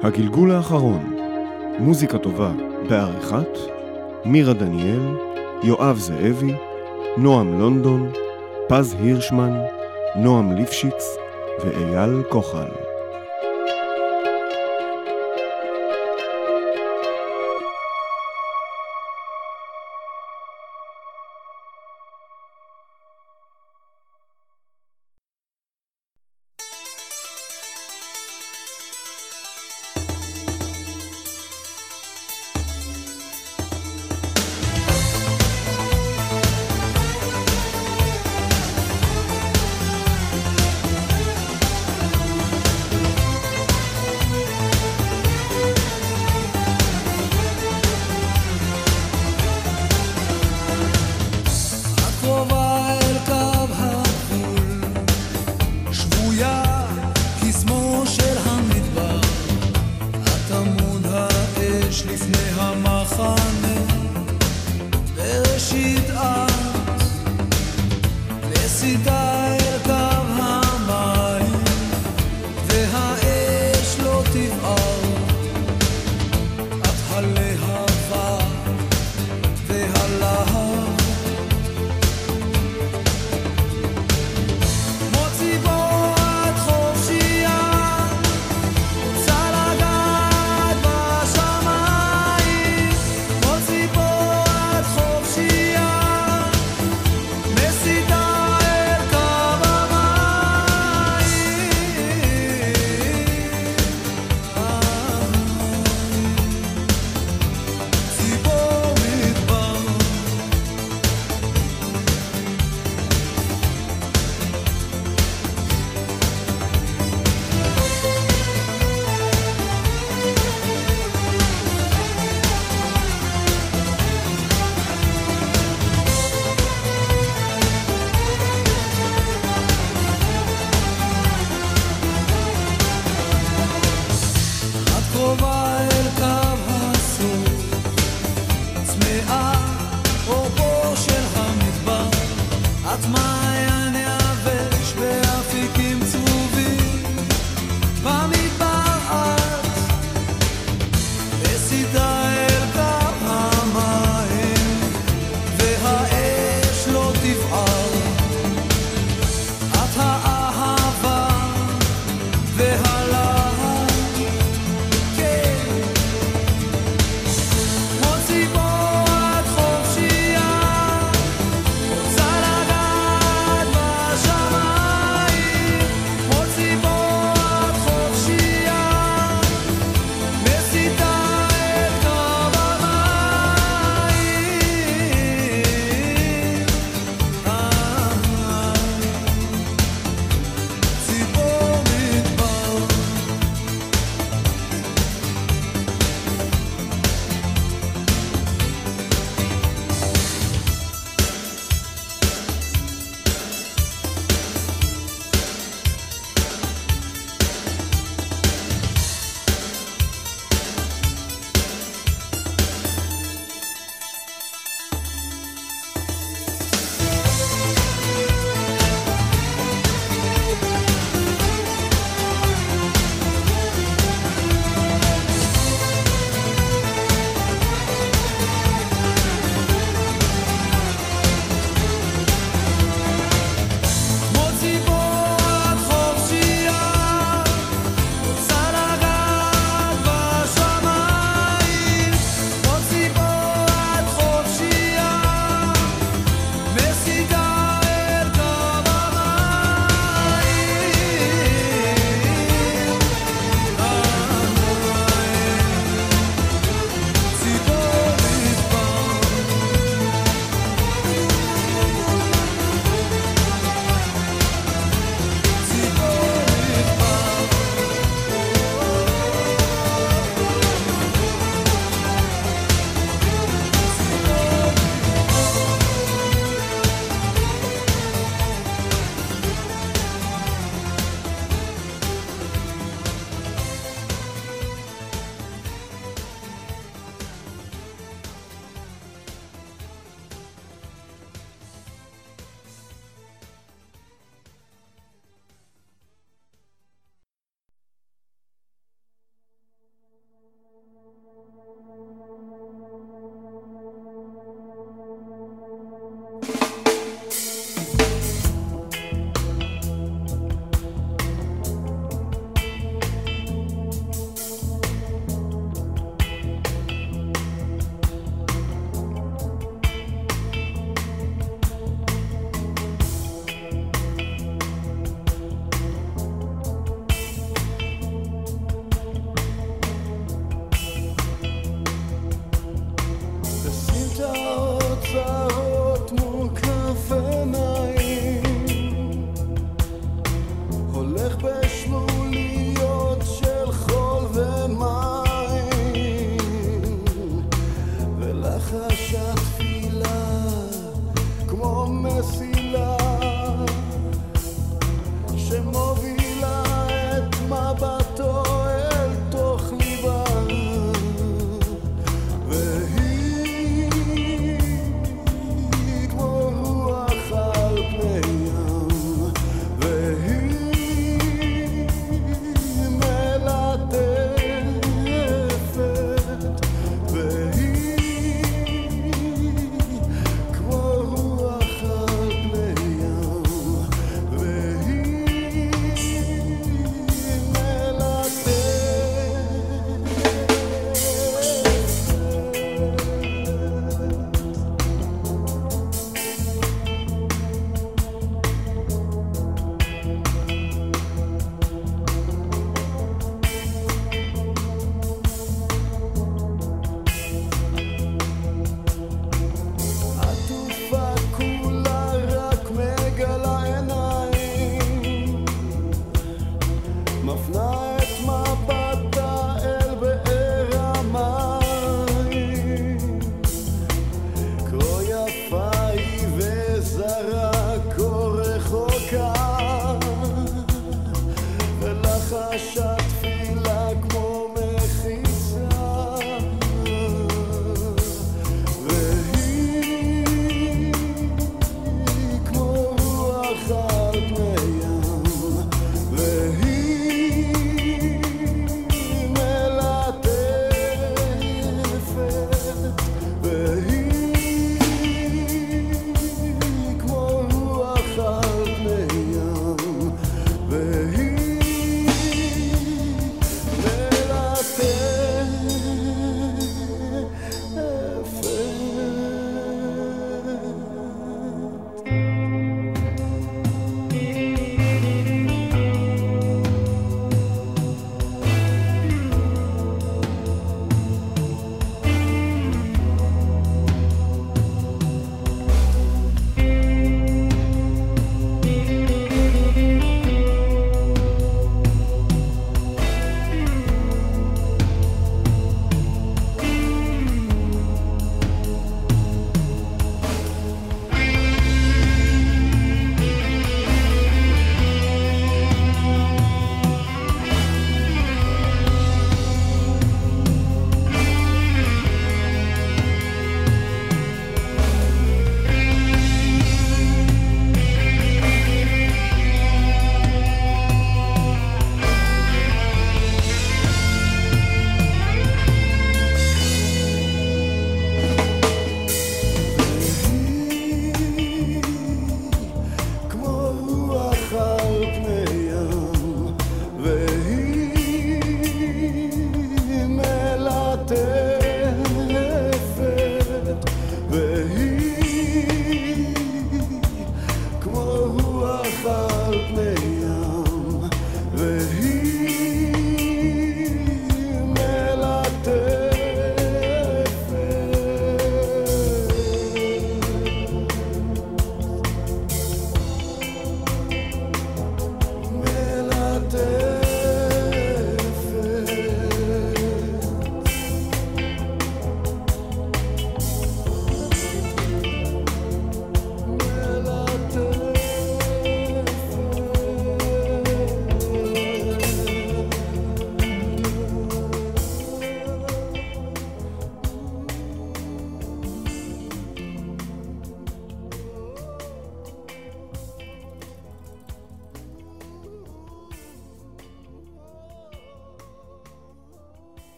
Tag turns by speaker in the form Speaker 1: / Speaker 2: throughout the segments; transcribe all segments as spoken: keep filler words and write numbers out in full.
Speaker 1: הגלגול האחרון, מוזיקה טובה בעריכת מירה דניאל, יואב זאבי, נועם לונדון, פז הירשמן, נועם ליפשיץ ואייל כוחל.
Speaker 2: מסיתה אל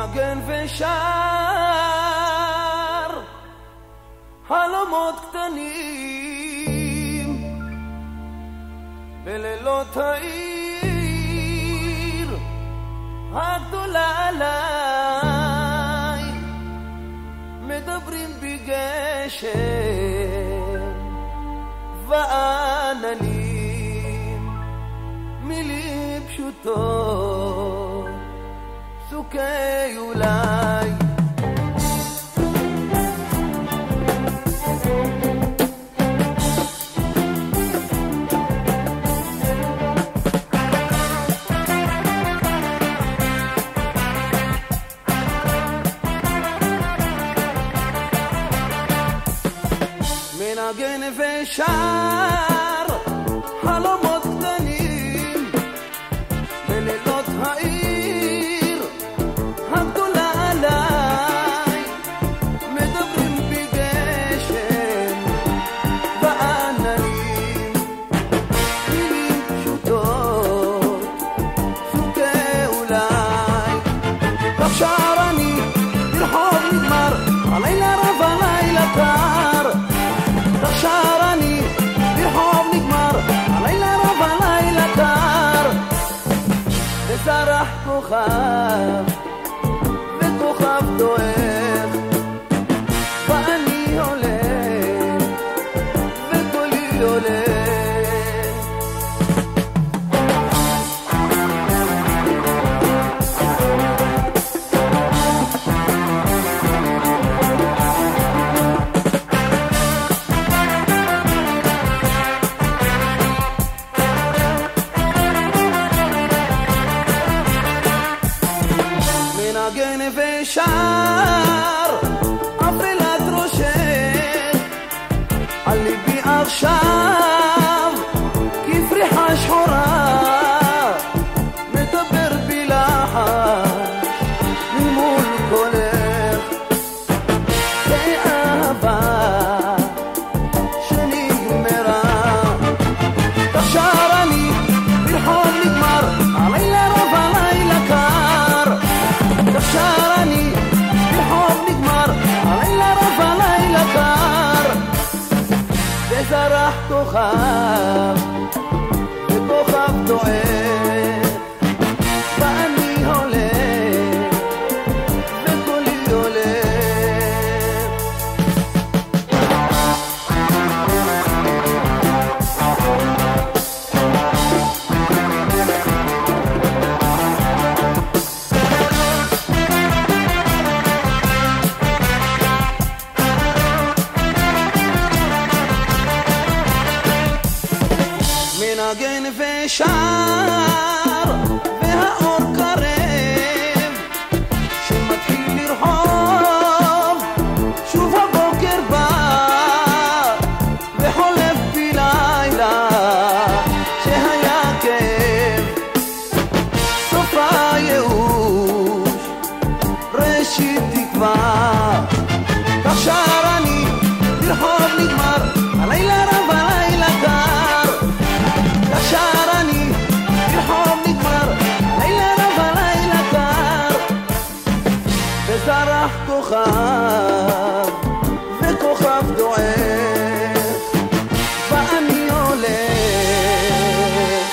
Speaker 2: מנגן ושר חלומות קטנים בלילות העיר הגדולה עליי מדברים בגשם ועננים מילים פשוטות סוכי אולי מנגן ושר חלומות קטנים בלילות העיר הגדולה עליי מדברים בגשם ועננים מילים פשוטות סוכי אולי כך שר אני ברחוב נגמר הלילה רב הלילה קר שר אני ברחוב נגמר הלילה רב הלילה קר וזרח כוכב וכוכב דועך ואני הולך וקולי הולך מנגן ושר אפלת ראשך על ליבי עכשיו כפריחה שחורה מדבר בלחש ממול קולך באהבה שנגמרה כך שר אני ברחוב נגמר הלילה רב הלילה קר שר אני ברחוב נגמר הלילה רב הלילה קר וזרח כוכב וכוכב דועך ואני הולך וקולי הולך מנגן ושר והאור קרב שמתחיל לרחוב שוב הבוקר בא וחולף בלילה שהיה כאב סוף הייאוש ראשית תקווה כך שר אני ברחוב נגמר הלילה רב הלילה קר שר אני ברחוב נגמר לילה רב הלילה קר וזרח כוכב וכוכב דועך ואני הולך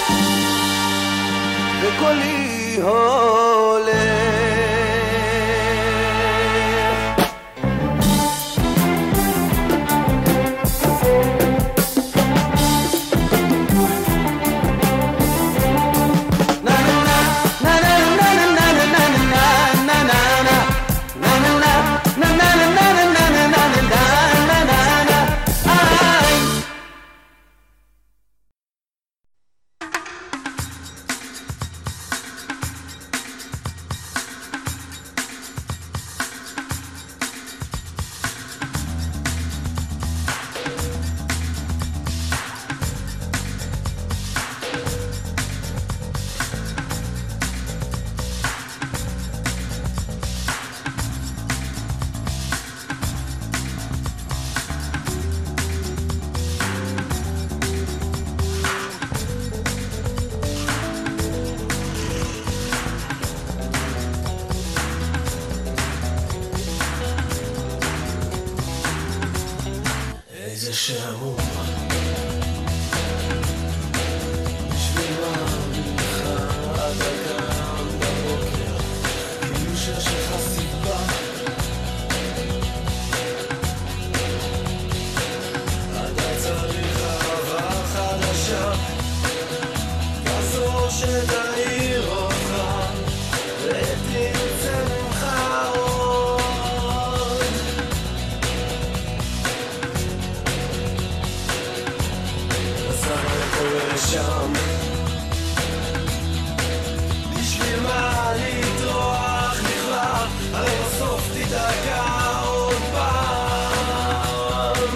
Speaker 2: וקולי הולך שתאיר אותך ותרצה ממך עוד. נסענו לפה ולשם, בשביל מה להתרוח בכלל, הרי בסוף תדאגה עוד פעם,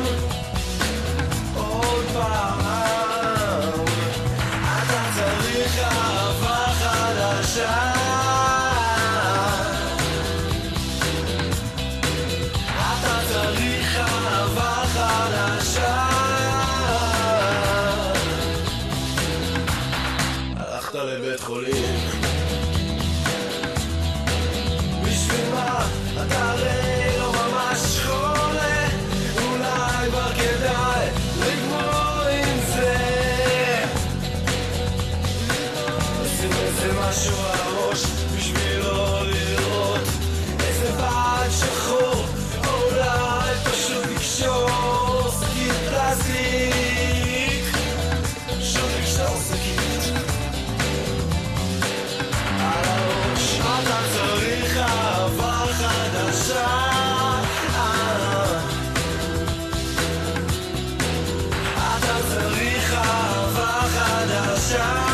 Speaker 2: עוד פעם. אתה צריך אהבה חדשה, אתה צריך אהבה חדשה. הלכת לבית חולים, בשביל מה? אתה הרי לא ממש חולה, אולי כבר כדאי לגמור עם זה, לשים איזה משהו על הראש בשביל לא לראות איזה בד שחור, או אולי פשוט לקשור שקית פלסטיק, פשוט לקשור שקית על הראש. אתה צריך אהבה חדשה, אתה צריך אהבה חדשה.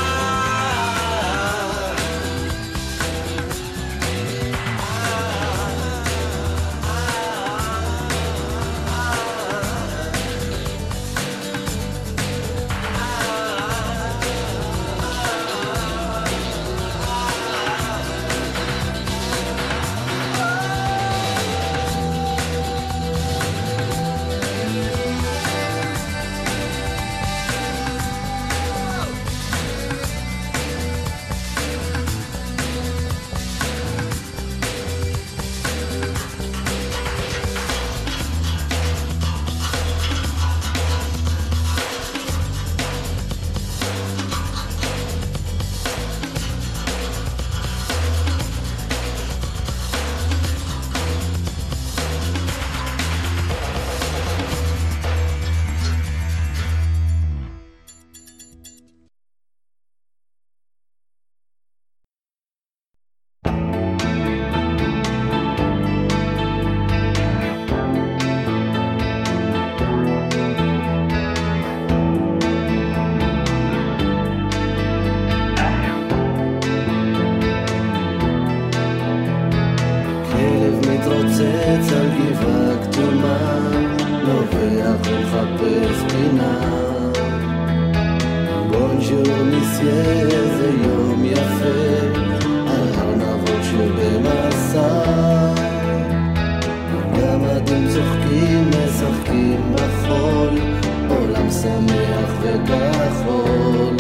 Speaker 2: מתרוצץ על גבעה כתומה, נובח ומחפש פינה. בונז'ור מסיה, איזה יום יפה, על ארנבות שבמסע. גמדים צוחקים, משחקים בחול, עולם שמח וכחול.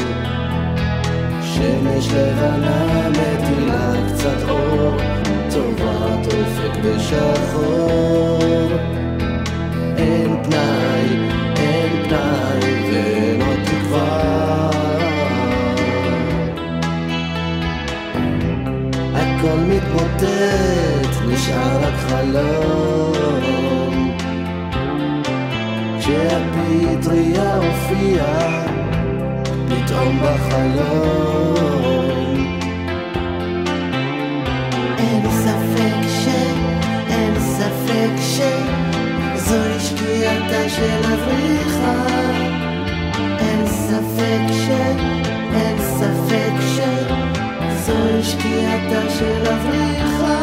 Speaker 2: שמש לבנה מטילה קצת אור, טובת אופק בשחור. אין פנאי, אין פנאי ולא תקווה, הכל מתמוטט, נשאר רק חלום. כשהפטריה הופיעה פתאום בחלום, אין ספק ש... אין ספק ש... זוהי שקיעתה של אבריחה. אין ספק ש... אין ספק ש... זוהי שקיעתה של אבריחה.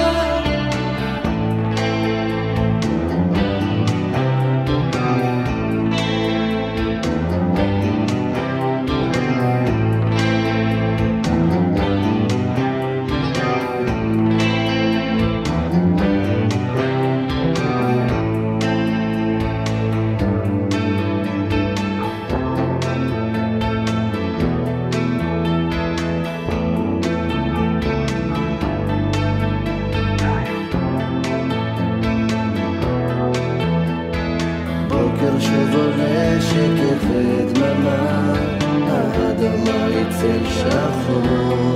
Speaker 2: בוקר שבולה שקט ודממה, האדמה יצל שחור,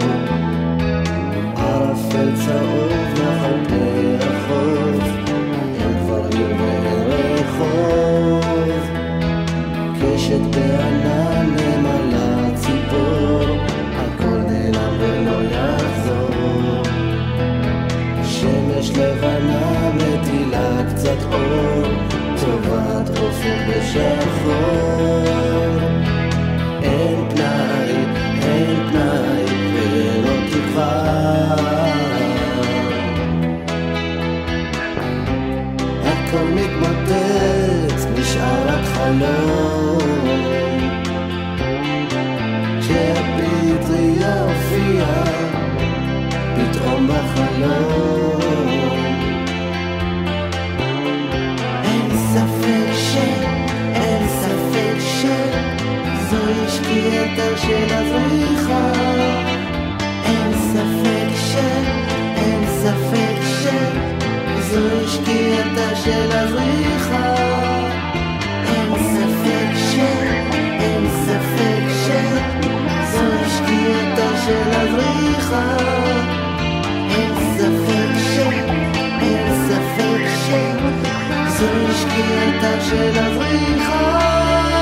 Speaker 2: ערפל צהוב נחל פני החוף, אין כבר עיר ואין רחוב. קשת בענן נמלה ציפור, הכל בחלום. אין ספק ש... אין ספק ש... זוהי שקיעתה של הזריחה. אין ספק ש... אין ספק ש... זוהי שקיעתה של הזריחה. אין ספק ש... אין ספק ש... זוהי שקיעתה של הזריחה. אין ספק ש... אין ספק ש... זוהי שקיעתה של הזריחה.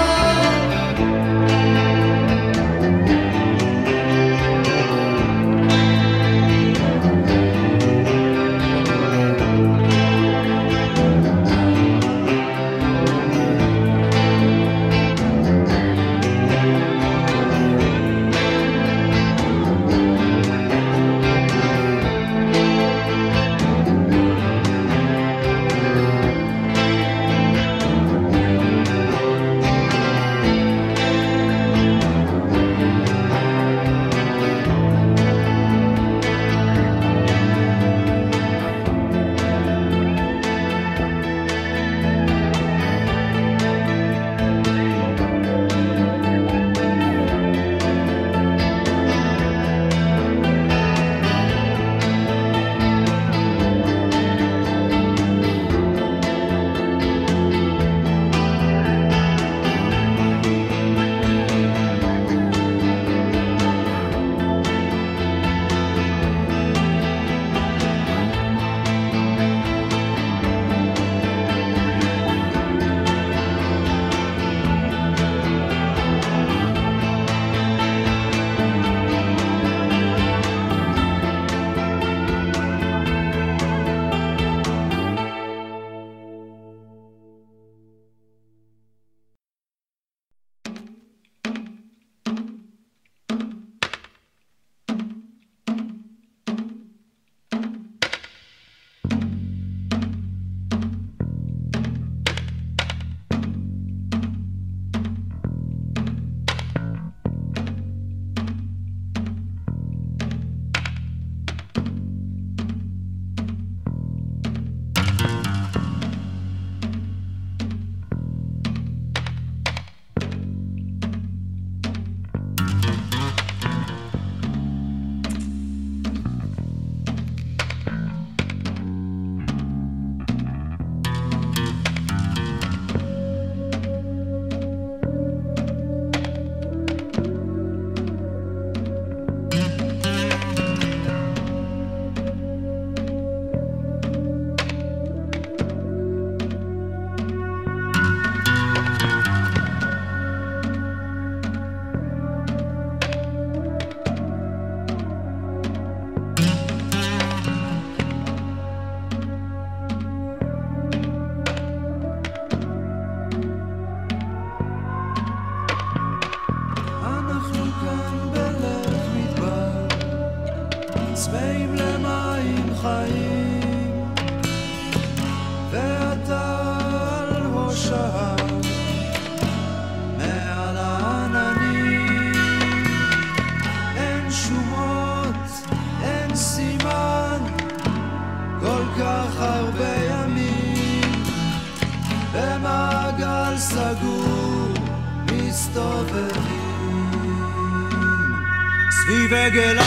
Speaker 3: סביב עגל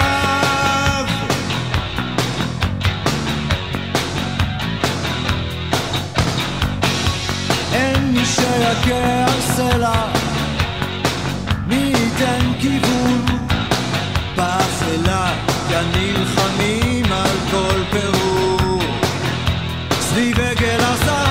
Speaker 3: הזהב אין מי שיכה על סלע, מי ייתן כיוון באפלה, כאן נלחמים על כל פירור. סביב עגל הזהב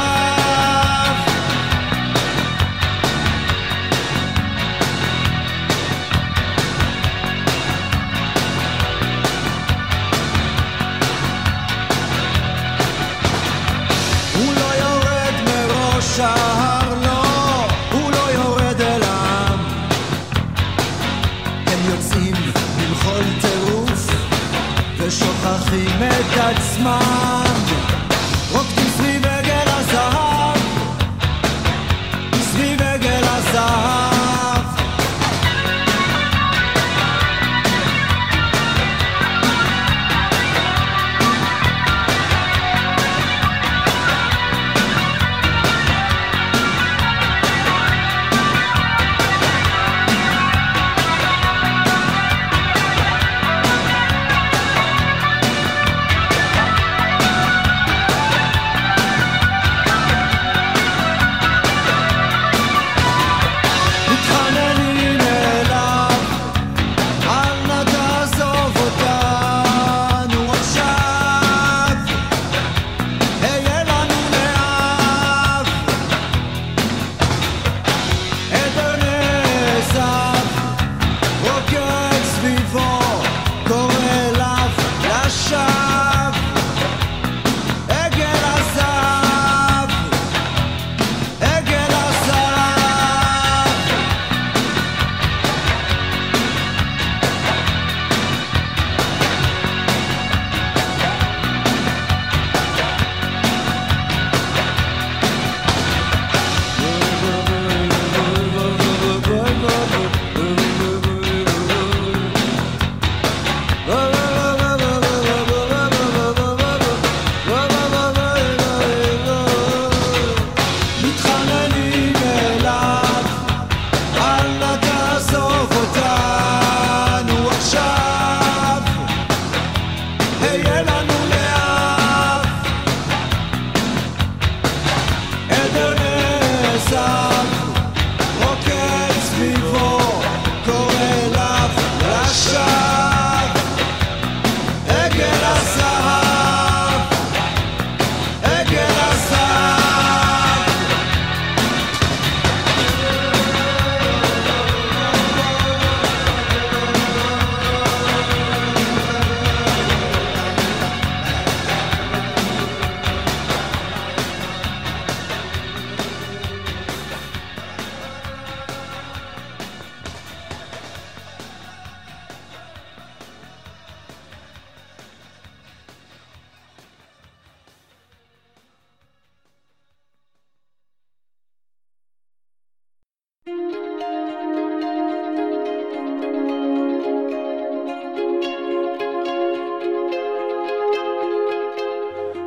Speaker 3: שער לא, הוא לא יורד אל העם. הם יוצאים במחול טירוף ושוכחים את עצמם, רוקדים סביב עגל הזהב, סביב עגל הזהב.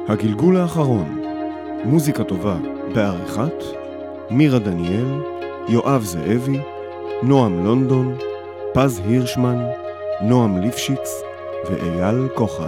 Speaker 1: הגלגול האחרון, מוזיקה טובה בעריכת מירה דניאל, יואב זאבי, נועם לונדון, פז הירשמן, נועם ליפשיץ ואייל כוחל.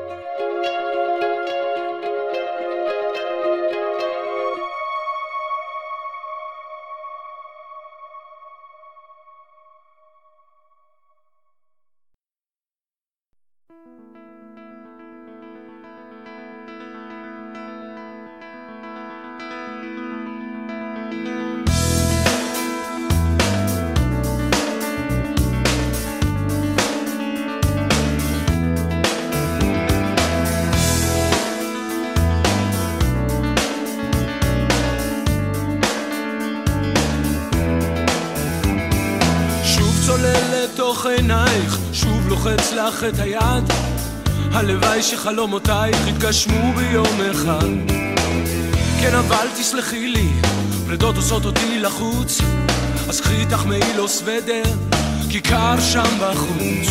Speaker 4: לוחץ לך את היד, הלוואי שחלומותייך יתגשמו ביום אחד. כן אבל תסלחי לי, פרדות עושות אותי לחוץ, אז קחי איתך מעיל או סוודר, כי קר שם בחוץ.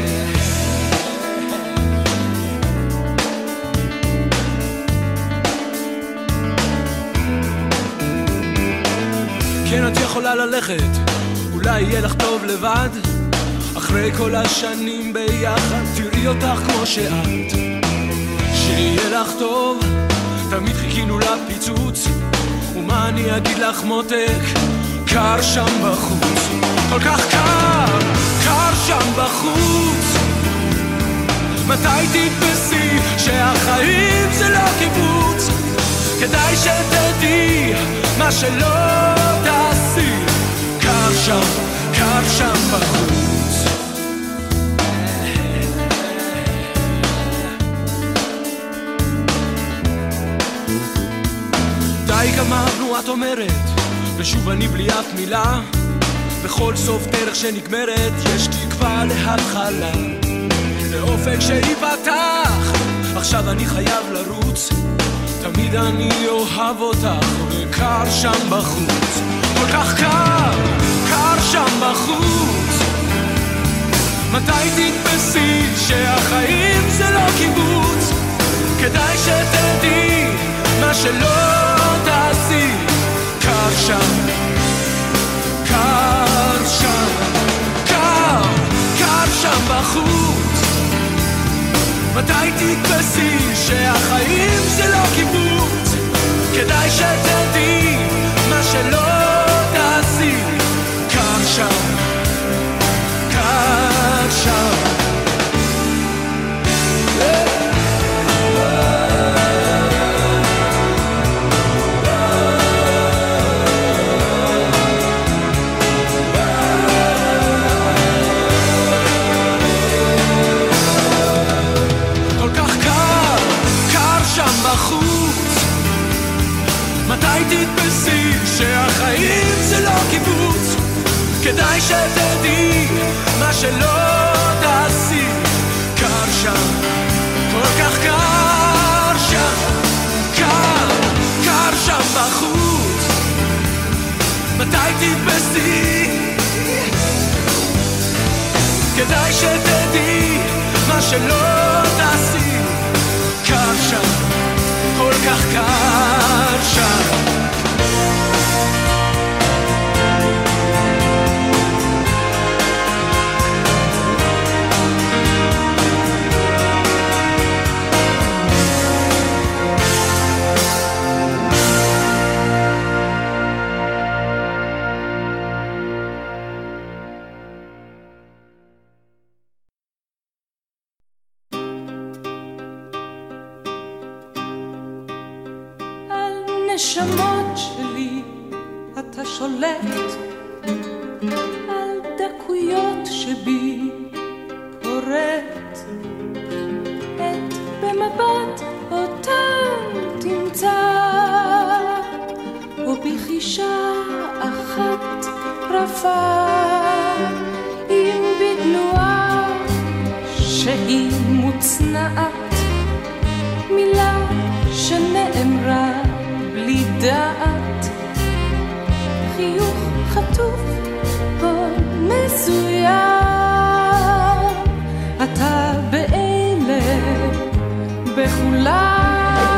Speaker 4: כן את יכולה ללכת, אולי יהיה לך טוב לבד, אחרי כל השנים ביחד תראי אותך כמו שאת, שיהיה לך טוב, תמיד חיכינו לפיצוץ, ומה אני אגיד לך מותק, קר שם בחוץ, כל כך קר, קר שם בחוץ. מתי תתפסי שהחיים זה לא קיבוץ, כדאי שתדעי מה שלא תעשי, קר שם, קר שם בחוץ. די גמרנו את אומרת, ושוב אני בלי אף מילה, בכל סוף דרך שנגמרת יש תקווה להתחלה, לאופק שיפתח, עכשיו אני חייב לרוץ, תמיד אני אוהב אותך וקר שם בחוץ, כל כך קר, קר שם בחוץ. מתי תתפסי שהחיים זה לא קיבוץ, כדאי שתדעי מה שלא תעשי, קר שם, קר שם, קר, קר שם בחוץ. מתי תתפסי שהחיים זה לא קיבוץ, כדאי שתדעי מה שלא תעשי, קר שם, קר שם. מתי תתפסי שהחיים זה לא קיבוץ, כדאי שתדעי מה שלא תעשי, קר שם, כל כך קר שם, קר, קר שם בחוץ. מתי תתפסי, כדאי שתדעי מה שלא תעשי, קר שם, כל כך קר שם.
Speaker 5: נשמות שלי אתה שולט, על דקויות שבי פורט, את במבט אותם תמצא, ובחישה אחת רפה, אם בתנועה שהיא מוצנעת, מילה שנאמרה בלי דעת, חיוך חטוף או מסוים, אתה באלה בכולם.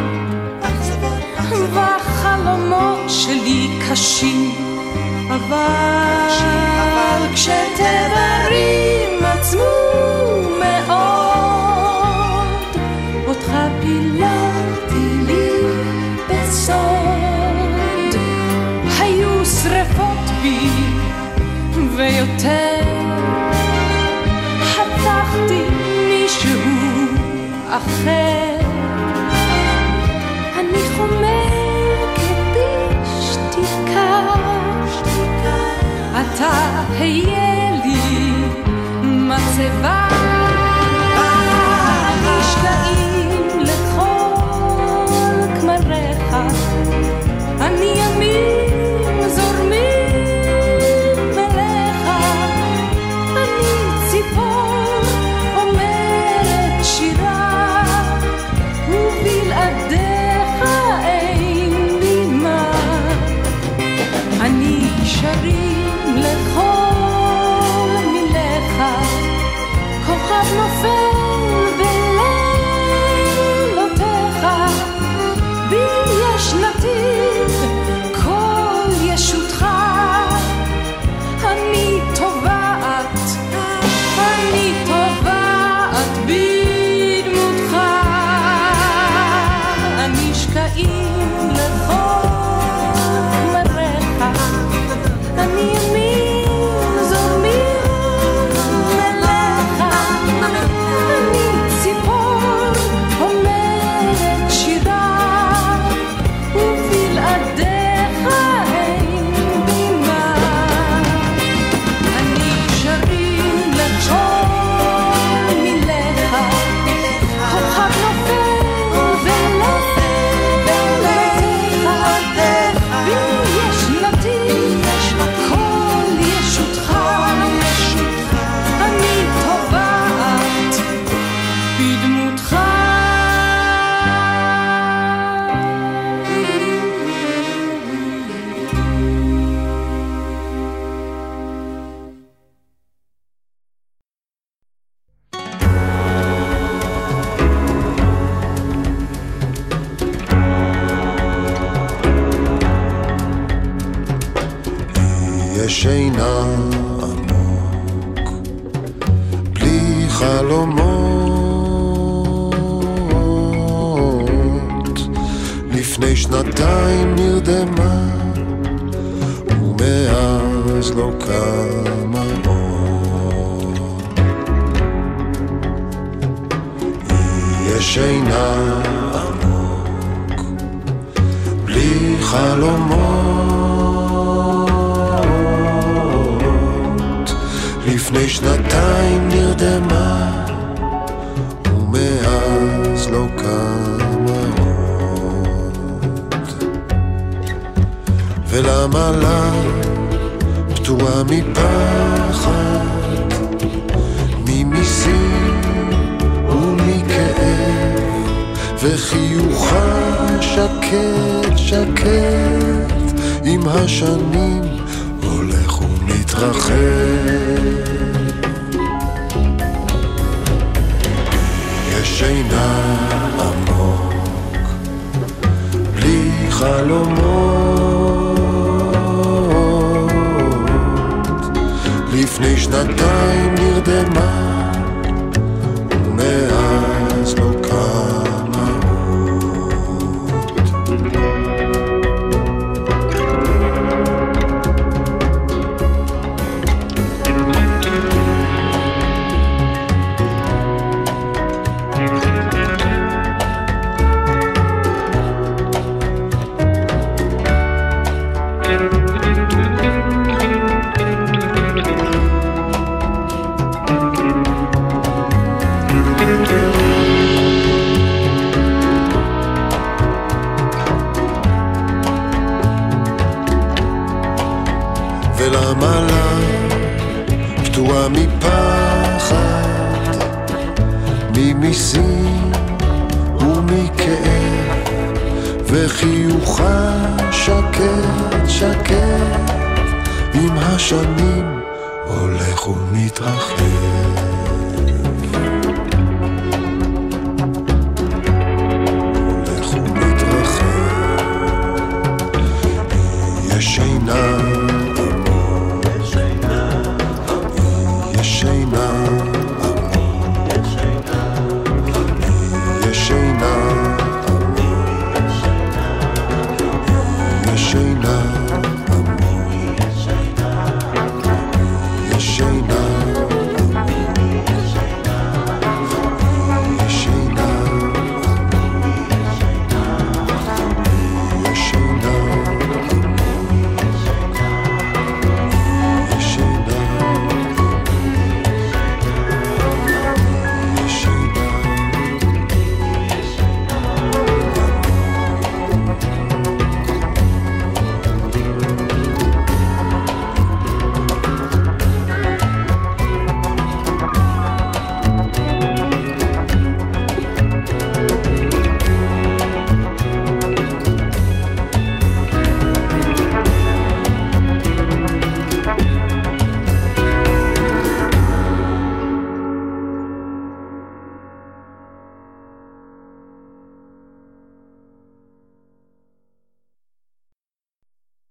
Speaker 5: והחלומות שלי קשים, אבל כשתדרים עצמו מאוד, אותך פיללתי לי בסוד. היו שרפות בי ויותר, חתכתי מישהו אחר. אני חומק בשתיקה, אתה היה לי מצבה. משקעים לכל כמריך, אני ימים זורמים אליך. אני ציפור אומרת שירה, ובלעדיך אין לי מה. אני שרים לכל מילך, כוכב נופל בלילותיך. בי יש נתיב כל ישותך, אני טובעת, אני טובעת בדמותך. אני שקעים לכל מריך, אני ימים זורמים אליך. אני ציפור אומרת שירה, ובלעדיך אין בי מה. אני שרים לכל מילך, כוכב נופל בלילותיך. בי יש נתיב כל ישותך, אני טובעת בדמותך.
Speaker 6: יש שינה עמוק בלי חלומות, לפני שנתיים נרדמה ומאז לא קמה עוד. יש שינה עמוק בלי חלומות, לפני שנתיים נרדמה ומאז לא קמה עוד. ולמה לה פתורה מפחד, ממיסים ומכאב, וחיוכה שקט שקט עם השנים הולך ומתרחב. יש שינה עמוק בלי חלומות, לפני שנתיים נרדמה ומאז לא קמה עוד. ולמה לה פתורה מפחד, ממיסים ומכאב, וחיוכה שקט שקט עם השנים הולך ומתרחב. הולך ומתרחב.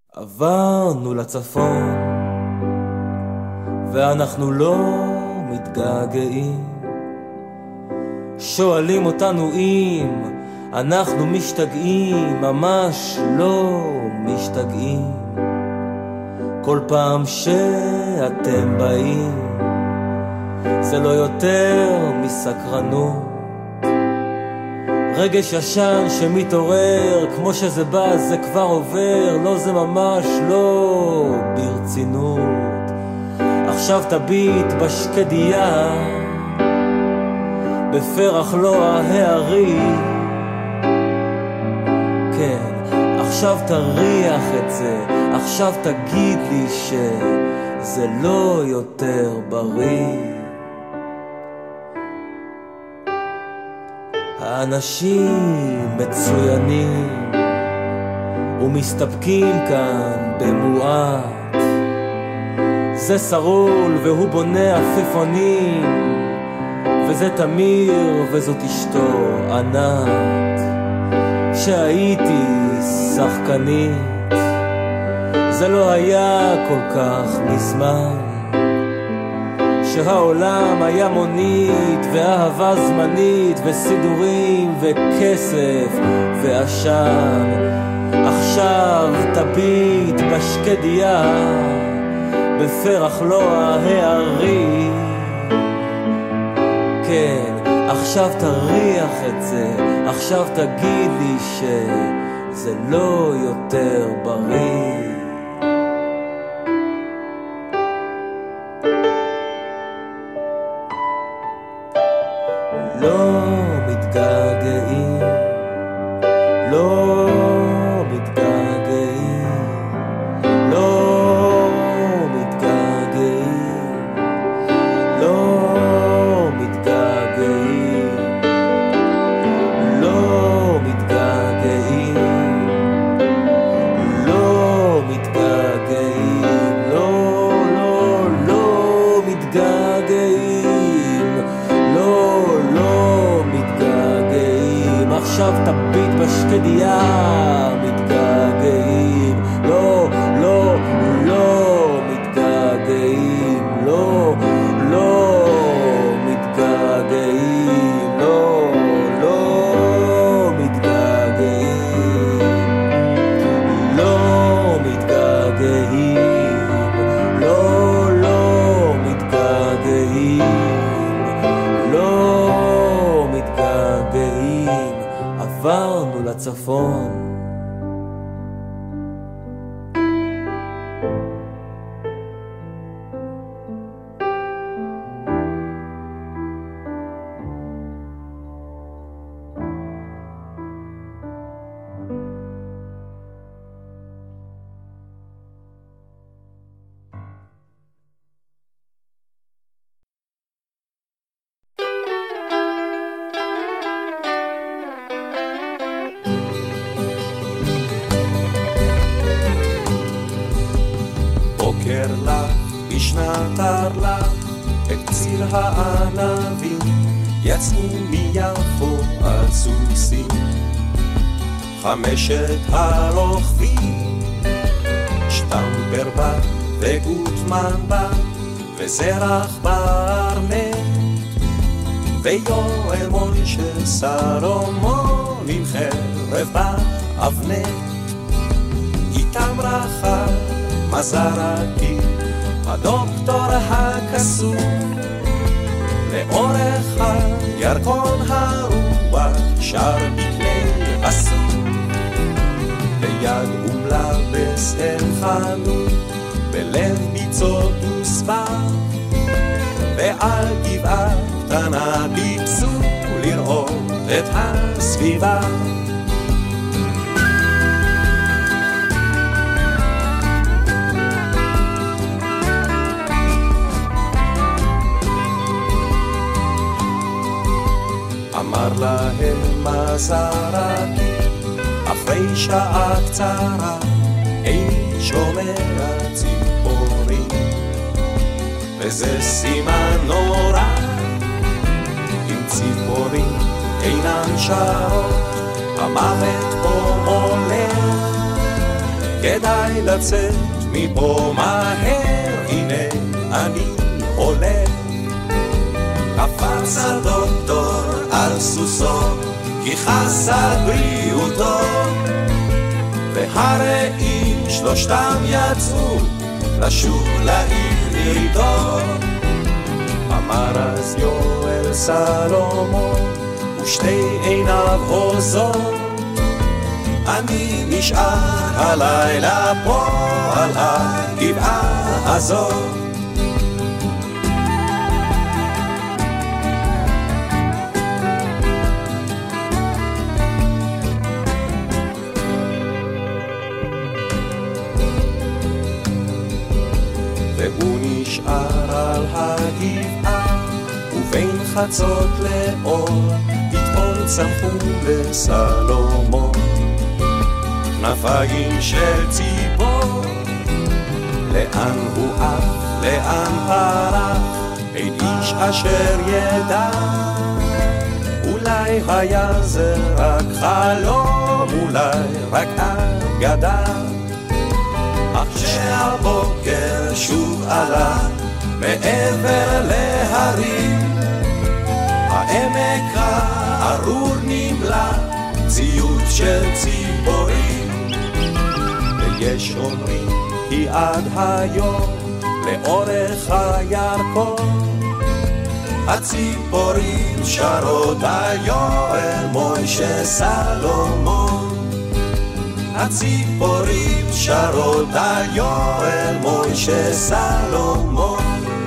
Speaker 7: עברנו לצפון ואנחנו לא מתגעגעים, שואלים אותנו אם אנחנו משתגעים, ממש לא משתגעים. כל פעם שאתם באים זה לא יותר מסקרנות, רגש ישן שמתעורר, כמו שזה בא זה כבר עובר, לא זה ממש לא ברצינות. עכשיו תביט בשקדיה בפרח לא ההערים, כן, עכשיו תריח את זה, עכשיו תגיד לי שזה לא יותר בריא. האנשים מצוינים ומסתפקים כאן במועט, זה סרול והוא בונה עפיפונים, וזה תמיר וזאת אשתו ענת. שהייתי שחקנית זה לא היה כל כך מזמן, שהעולם היה מונית ואהבה זמנית וסידורים וכסף ועשן. עכשיו תביט בשקדיה בפרח לא ההערים, כן, עכשיו תריח את זה, עכשיו תגיד לי שזה לא יותר בריא. לא מתגעגעים, לא מתגעגעים, לא מתגעגעים, לא מתגעגעים, לא מתגעגעים, לא מתגעגעים, לא, לא, לא מתגעגעים, לא, לא מתגעגעים. עכשיו תביט בשקדיה מתגעגעים, לא, לא, לא מתגעגעים, לא, לא מתגעגעים, לא, לא מתגעגעים, לא מתגעגעים, לא, לא מתגעגעים, לא מתגעגעים. עברנו לצפון
Speaker 8: בשנת הרל"ג את ציר הענבים יצאו מיפו על סוסים, חמשת הרוכבים, שטמפר בא וגוטמן בא וזרח ברנט ויואל מוישה סלומון עם חרב באבנט, איתם רחל מזרקי הדוקטור הקסום, לאורך הירקון הרוח שר בקנה אסור, ליד ומלבס אל חנות בלב ביצות וסבר, ועל גבעה קטנה טיפסו לראות את הסביבה. אמר להם מזרקי אחרי שעה קצרה, איני שומע ציפורים וזה סימן נורא, אם ציפורים אינן שרות המוות פה עולה, כדאי לצאת מפה מהר, הנה אני עולה. קפץ הדוקטור על סוסו, כי חס על בריאותו, והרעים שלושתם יצאו לשוב לעיר איתו. אמר אז יואל סלומון ושתי עיניו הוזות, אני נשאר הלילה פה על הגבעה הזאת. והוא נשאר על הגבעה ובין חצות לאור פתאום צמחו לסלומון כנפיים של ציפור. לאן הוא עף, לאן פרח, אין איש אשר ידע. אולי היה זה רק חלום, אולי רק אגדה. אך כשהבוקר שוב עלה מעבר להרים, העמק הארור נמלא ציוט של ציפורים. ויש אומרים כי עד היום לאורך הירקון הציפורים שרות היואל מוישה סלומון. הציפורים שרות היואל מוישה סלומון.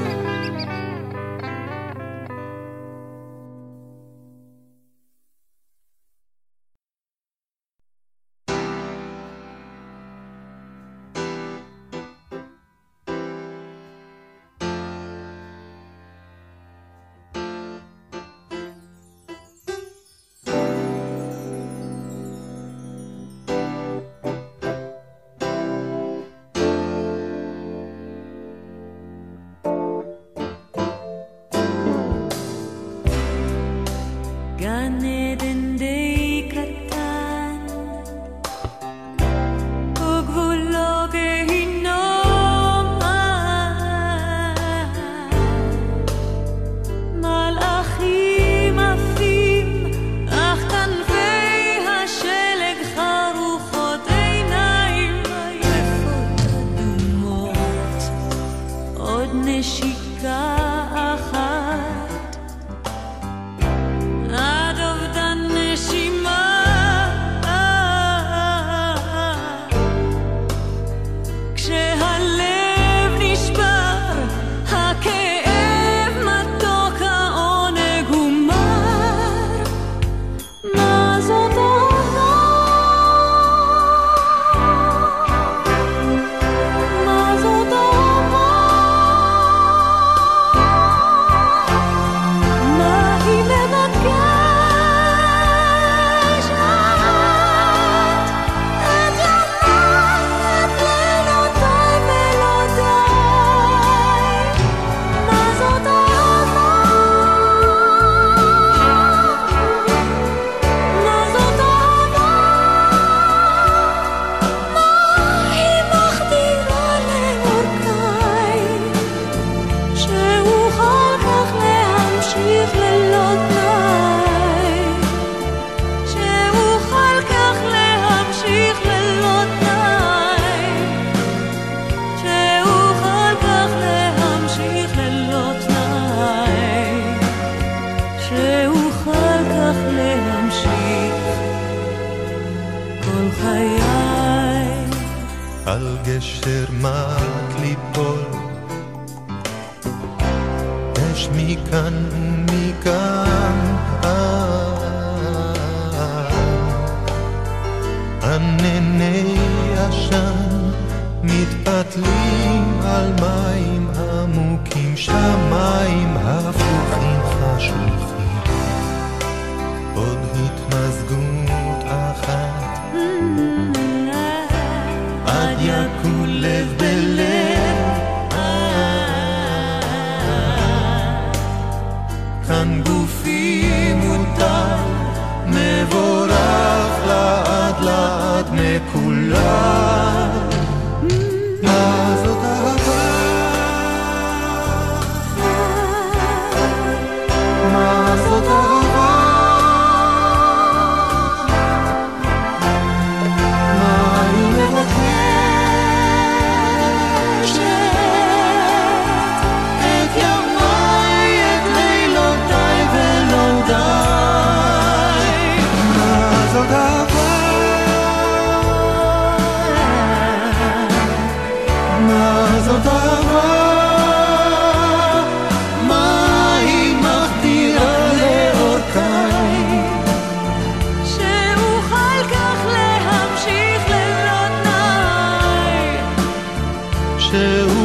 Speaker 9: על גשר מק ליפול, יש מכאן ומכאן, ענני עשן מתפתלים על מים עמוקים, שמיים הפוכים חשוכים, עוד התמזגות אחת עד יקול לב בלב. כאן גופי מוטל מבורך לעד לעד מכולם.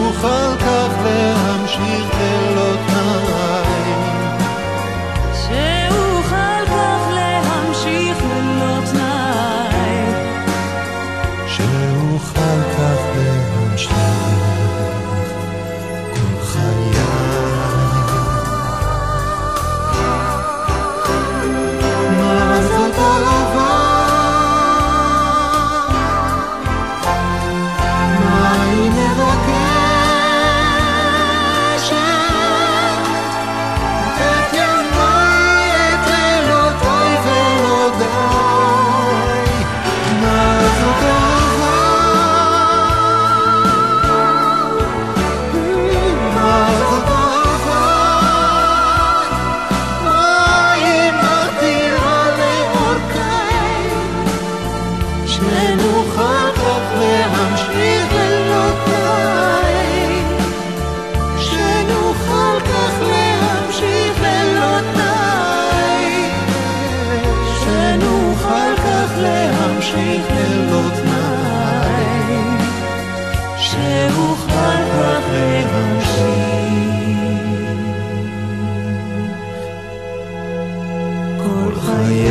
Speaker 9: שאוכל כך להמשיך ללא תנאי,
Speaker 5: שאוכל כך להמשיך ללא תנאי,
Speaker 9: שאוכל כך להמשיך כל חיי. מה זאת אהבה? מה היא מבקשת? את ימיי, את לילותיי ולא די. מה זאת אהבה? מה זאת אהבה? מה היא מתירה לאורכי, שנוכל כך להמשיך ללא תנאי, שנוכל כך להמשיך ללא תנאי, שנוכל כך להמשיך ללא תנאי, שאוכל כך להמשיך כל חיי.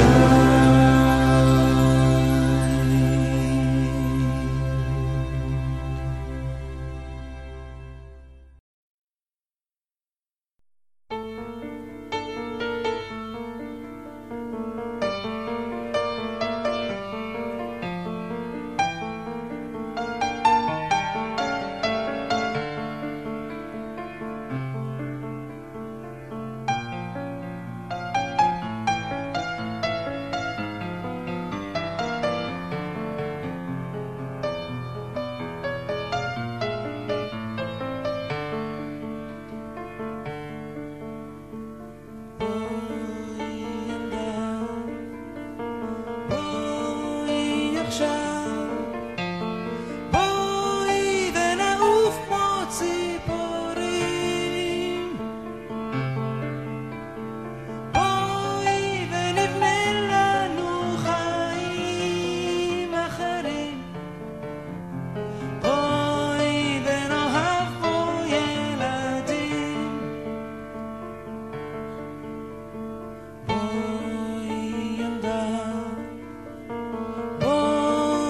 Speaker 3: בואי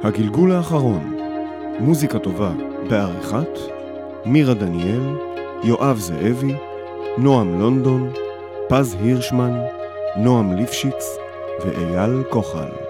Speaker 1: הגלגול האחרון, מוזיקה טובה בעריכת מירה דניאל, יואב זאבי, נועם לונדון, פז הירשמן, נועם ליפשיץ ואייל כוחל.